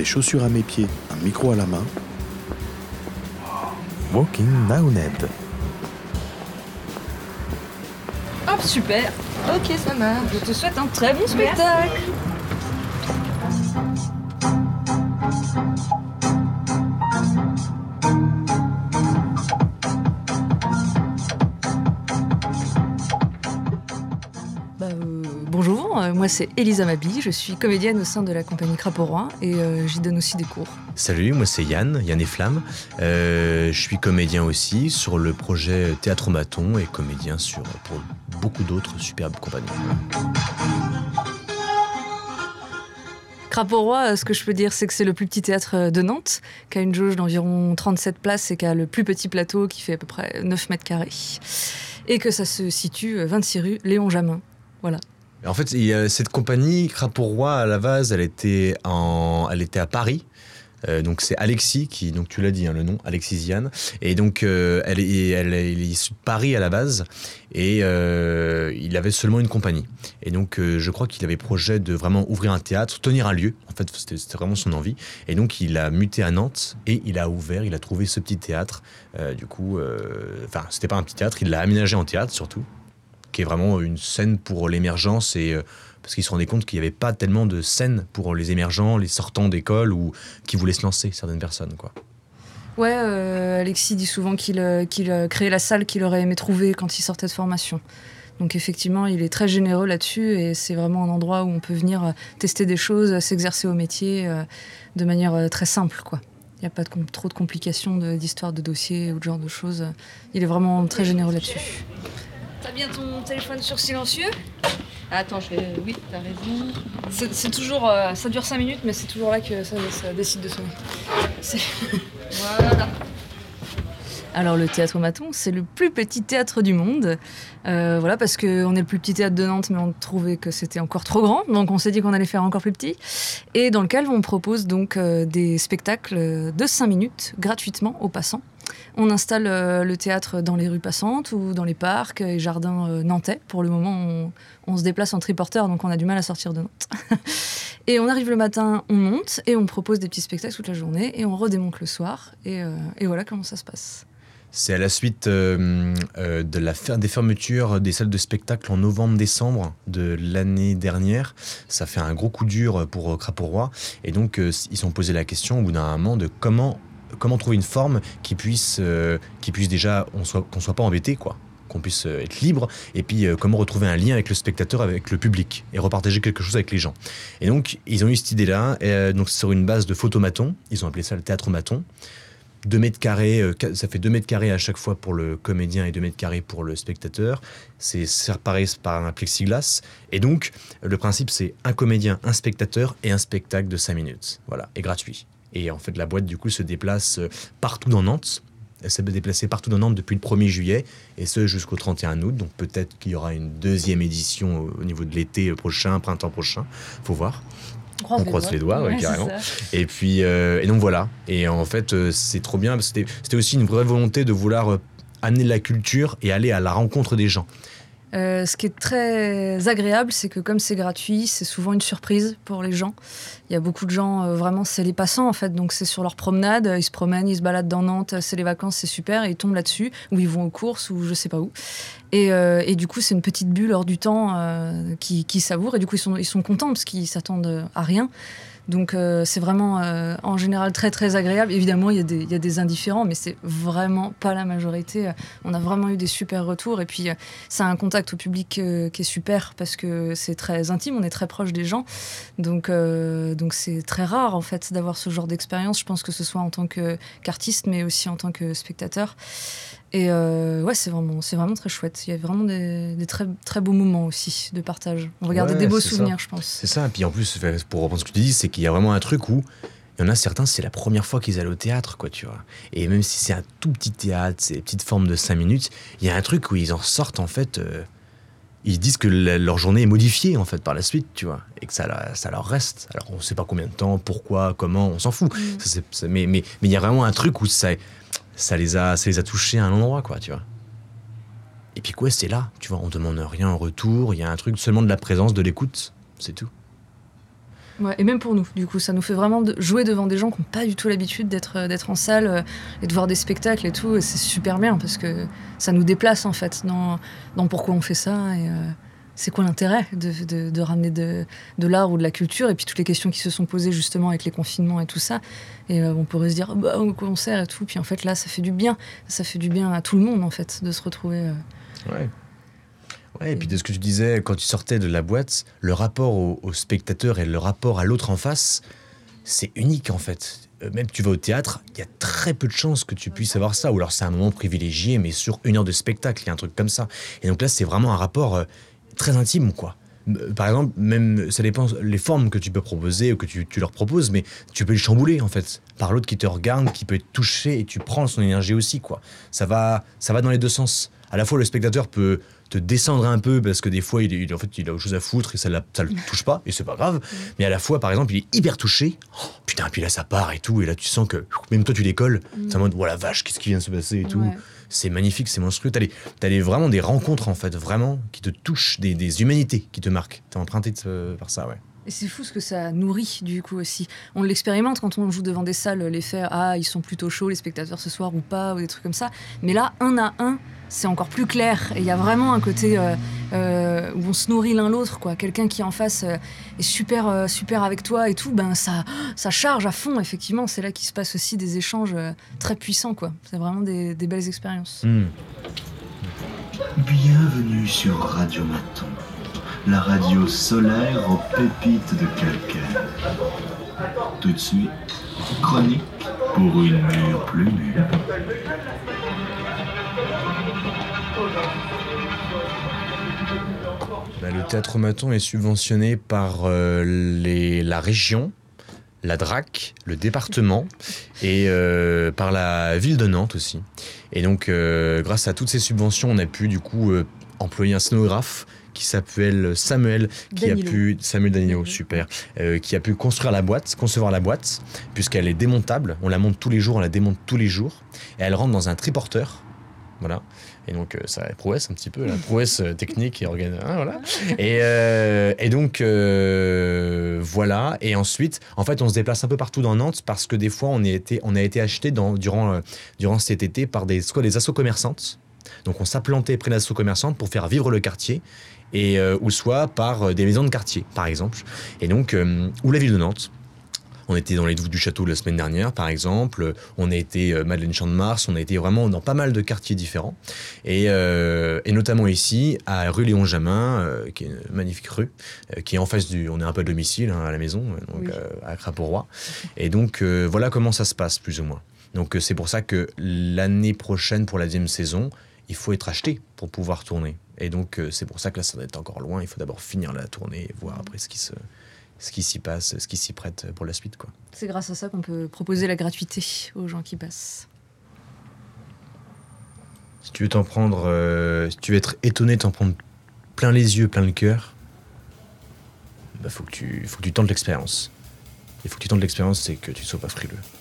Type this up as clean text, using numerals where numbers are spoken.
chaussures à mes pieds, un micro à la main. Walking Downhead. Hop, super. Ok, ça marche. Je te souhaite un très bon spectacle. Bonjour, moi c'est Elisa Mabi, je suis comédienne au sein de la compagnie Crapaud Roi et j'y donne aussi des cours. Salut, moi c'est Yann et Flamme. Je suis comédien aussi sur le projet Théâtre-Maton et comédien pour beaucoup d'autres superbes compagnies. Crapaud Roi, ce que je peux dire, c'est que c'est le plus petit théâtre de Nantes, qui a une jauge d'environ 37 places et qui a le plus petit plateau qui fait à peu près 9 mètres carrés. Et que ça se situe 26 rue Léon Jamin. Voilà. En fait, cette compagnie, Crapaud Roi, à la base, elle était à Paris. Donc c'est Alexis qui, donc tu l'as dit, le nom, Alexis Ziane. Et donc elle est issue de Paris à la base et il avait seulement une compagnie. Et donc je crois qu'il avait projet de vraiment ouvrir un théâtre, tenir un lieu. En fait, c'était vraiment son envie. Et donc il a muté à Nantes et il a trouvé ce petit théâtre. C'était pas un petit théâtre, il l'a aménagé en théâtre surtout, qui est vraiment une scène pour l'émergence parce qu'ils se rendaient compte qu'il n'y avait pas tellement de scènes pour les émergents, les sortants d'école ou qui voulaient se lancer, certaines personnes, quoi. Ouais, Alexis dit souvent qu'il créait la salle qu'il aurait aimé trouver quand il sortait de formation. Donc effectivement, il est très généreux là-dessus et c'est vraiment un endroit où on peut venir tester des choses, s'exercer au métier de manière très simple, quoi. Il n'y a pas trop de complications d'histoire de dossier ou de genre de choses. Il est vraiment très généreux là-dessus. T'as bien ton téléphone sur silencieux ? Attends, oui, t'as raison. C'est toujours... ça dure 5 minutes, mais c'est toujours là que ça décide de sonner. Voilà. Alors, le Théâtre-Maton, c'est le plus petit théâtre du monde. Voilà, parce qu'on est le plus petit théâtre de Nantes, mais on trouvait que c'était encore trop grand. Donc, on s'est dit qu'on allait faire encore plus petit. Et dans lequel on propose donc des spectacles de 5 minutes, gratuitement, aux passants. On installe le théâtre dans les rues passantes ou dans les parcs et jardins nantais. Pour le moment, on se déplace en triporteur, donc on a du mal à sortir de Nantes. Et on arrive le matin, on monte et on propose des petits spectacles toute la journée et on redémonte le soir. Et voilà comment ça se passe. C'est à la suite des fermetures des salles de spectacle en novembre-décembre de l'année dernière. Ça fait un gros coup dur pour Crapaud Roi. Et donc, ils se sont posé la question au bout d'un moment de comment trouver une forme qui puisse déjà, qu'on soit pas embêté, quoi. Qu'on puisse être libre, et puis comment retrouver un lien avec le spectateur, avec le public, et repartager quelque chose avec les gens. Et donc, ils ont eu cette idée-là, donc sur une base de photomaton, ils ont appelé ça le Théâtre-Maton. 2 mètres carrés, ça fait 2 mètres carrés à chaque fois pour le comédien et 2 mètres carrés pour le spectateur. C'est séparé par un plexiglas. Et donc, le principe, c'est un comédien, un spectateur et un spectacle de 5 minutes. Voilà, et gratuit. Et en fait, la boîte, du coup, se déplace partout dans Nantes. Elle s'est déplacée partout dans Nantes depuis le 1er juillet, et ce jusqu'au 31 août. Donc peut-être qu'il y aura une 2e édition au niveau de l'été prochain, printemps prochain. Faut voir. On croise les doigts, ouais, carrément. Et puis, et donc voilà. Et en fait, c'est trop bien. Parce que c'était aussi une vraie volonté de vouloir amener la culture et aller à la rencontre des gens. Ce qui est très agréable, c'est que comme c'est gratuit, c'est souvent une surprise pour les gens. Il y a beaucoup de gens, vraiment, c'est les passants en fait, donc c'est sur leur promenade, ils se promènent, ils se baladent dans Nantes, c'est les vacances, c'est super, et ils tombent là-dessus, ou ils vont aux courses, ou je sais pas où. Et du coup, c'est une petite bulle hors du temps qui savoure, et du coup, ils sont contents parce qu'ils s'attendent à rien. Donc c'est vraiment en général très très agréable. Évidemment, il y a des indifférents, mais c'est vraiment pas la majorité. On a vraiment eu des super retours, et puis ça a un contact au public qui est super parce que c'est très intime, on est très proche des gens. Donc c'est très rare en fait d'avoir ce genre d'expérience. Je pense que ce soit en tant qu'artiste, mais aussi en tant que spectateur. Et ouais, c'est vraiment très chouette. Il y a vraiment des très, très beaux moments aussi de partage. On va garder des beaux souvenirs, je pense. C'est ça. Et puis en plus, pour reprendre ce que tu dis, c'est qu'il y a vraiment un truc où il y en a certains, c'est la première fois qu'ils allaient au théâtre, quoi, tu vois. Et même si c'est un tout petit théâtre, c'est des petites formes de 5 minutes, il y a un truc où ils en sortent, en fait, ils disent que leur journée est modifiée, en fait, par la suite, tu vois. Et que ça leur reste. Alors, on sait pas combien de temps, pourquoi, comment, on s'en fout. Mais il y a vraiment un truc où ça les a touchés à un endroit, quoi, tu vois. Et puis quoi, c'est là, tu vois, on demande rien en retour, il y a un truc seulement de la présence, de l'écoute, c'est tout. Ouais, et même pour nous, du coup, ça nous fait vraiment jouer devant des gens qui n'ont pas du tout l'habitude d'être en salle et de voir des spectacles et tout. Et c'est super bien parce que ça nous déplace en fait dans pourquoi on fait ça et c'est quoi l'intérêt de ramener de l'art ou de la culture et puis toutes les questions qui se sont posées justement avec les confinements et tout ça. Et on pourrait se dire au concert et tout. Puis en fait là, ça fait du bien. Ça fait du bien à tout le monde en fait de se retrouver. Ouais. Ouais, et puis de ce que tu disais, quand tu sortais de la boîte, le rapport au spectateur et le rapport à l'autre en face, c'est unique en fait. Même tu vas au théâtre, il y a très peu de chances que tu puisses avoir ça. Ou alors c'est un moment privilégié, mais sur 1 heure de spectacle, il y a un truc comme ça. Et donc là, c'est vraiment un rapport très intime, quoi. Par exemple, même ça dépend les formes que tu peux proposer ou que tu leur proposes, mais tu peux les chambouler en fait par l'autre qui te regarde, qui peut être touché et tu prends son énergie aussi, quoi. Ça va dans les deux sens. À la fois, le spectateur peut te descendre un peu parce que des fois, il a autre chose à foutre et ça le touche pas et c'est pas grave. Mais à la fois, par exemple, il est hyper touché. Oh, putain, puis là, ça part et tout. Et là, tu sens que même toi, tu décolles. C'est en mode, oh la vache, qu'est-ce qui vient de se passer et tout. Ouais. C'est magnifique, c'est monstrueux. T'as vraiment des rencontres, en fait, vraiment, qui te touchent, des humanités qui te marquent. T'es emprunté par ça, ouais. Et c'est fou ce que ça nourrit du coup aussi. On l'expérimente quand on joue devant des salles, l'effet ils sont plutôt chauds les spectateurs ce soir ou pas, ou des trucs comme ça. Mais là, 1 à 1, c'est encore plus clair. Et il y a vraiment un côté où on se nourrit l'un l'autre, quoi. Quelqu'un qui en face est super, super avec toi et tout, ça charge à fond, effectivement. C'est là qu'il se passe aussi des échanges très puissants, quoi. C'est vraiment des belles expériences. Bienvenue sur Radio Maton, la radio solaire aux pépites de calcaire. Tout de suite, chronique pour une mûre plus mûre. Le Théâtre Maton est subventionné par la région, la DRAC, le département et par la ville de Nantes aussi. Et donc, grâce à toutes ces subventions, on a pu du coup employer un scénographe qui s'appelle Samuel Danilo, super, qui a pu concevoir la boîte, puisqu'elle est démontable. On la monte tous les jours, on la démonte tous les jours, et elle rentre dans un triporteur. Voilà. Et donc, ça prouesse un petit peu, la prouesse technique et organique. Hein, voilà. Et donc, voilà. Et ensuite, en fait, on se déplace un peu partout dans Nantes parce que des fois, on a été acheté durant cet été par des assos commerçantes. Donc, on s'implantait près d'assos commerçantes pour faire vivre le quartier. Ou soit par des maisons de quartier, par exemple. Et donc, ou la ville de Nantes. On était dans les Douves du Château la semaine dernière, par exemple. On a été Madeleine Champ de Mars. On a été vraiment dans pas mal de quartiers différents. Et notamment ici, à rue Léon Jamin, qui est une magnifique rue, qui est en face on est un peu à domicile, à la maison, donc oui. À Crapaud-Roi. Et donc, voilà comment ça se passe, plus ou moins. Donc, c'est pour ça que l'année prochaine, pour la 10e saison, il faut être acheté pour pouvoir tourner. Et donc, c'est pour ça que là, ça doit être encore loin. Il faut d'abord finir la tournée et voir après ce qui s'y passe, ce qui s'y prête pour la suite, quoi. C'est grâce à ça qu'on peut proposer la gratuité aux gens qui passent. Si tu veux t'en prendre, si tu veux être étonné, t'en prendre plein les yeux, plein le cœur, faut que tu tentes l'expérience. Il faut que tu tentes l'expérience, c'est que tu ne sois pas frileux.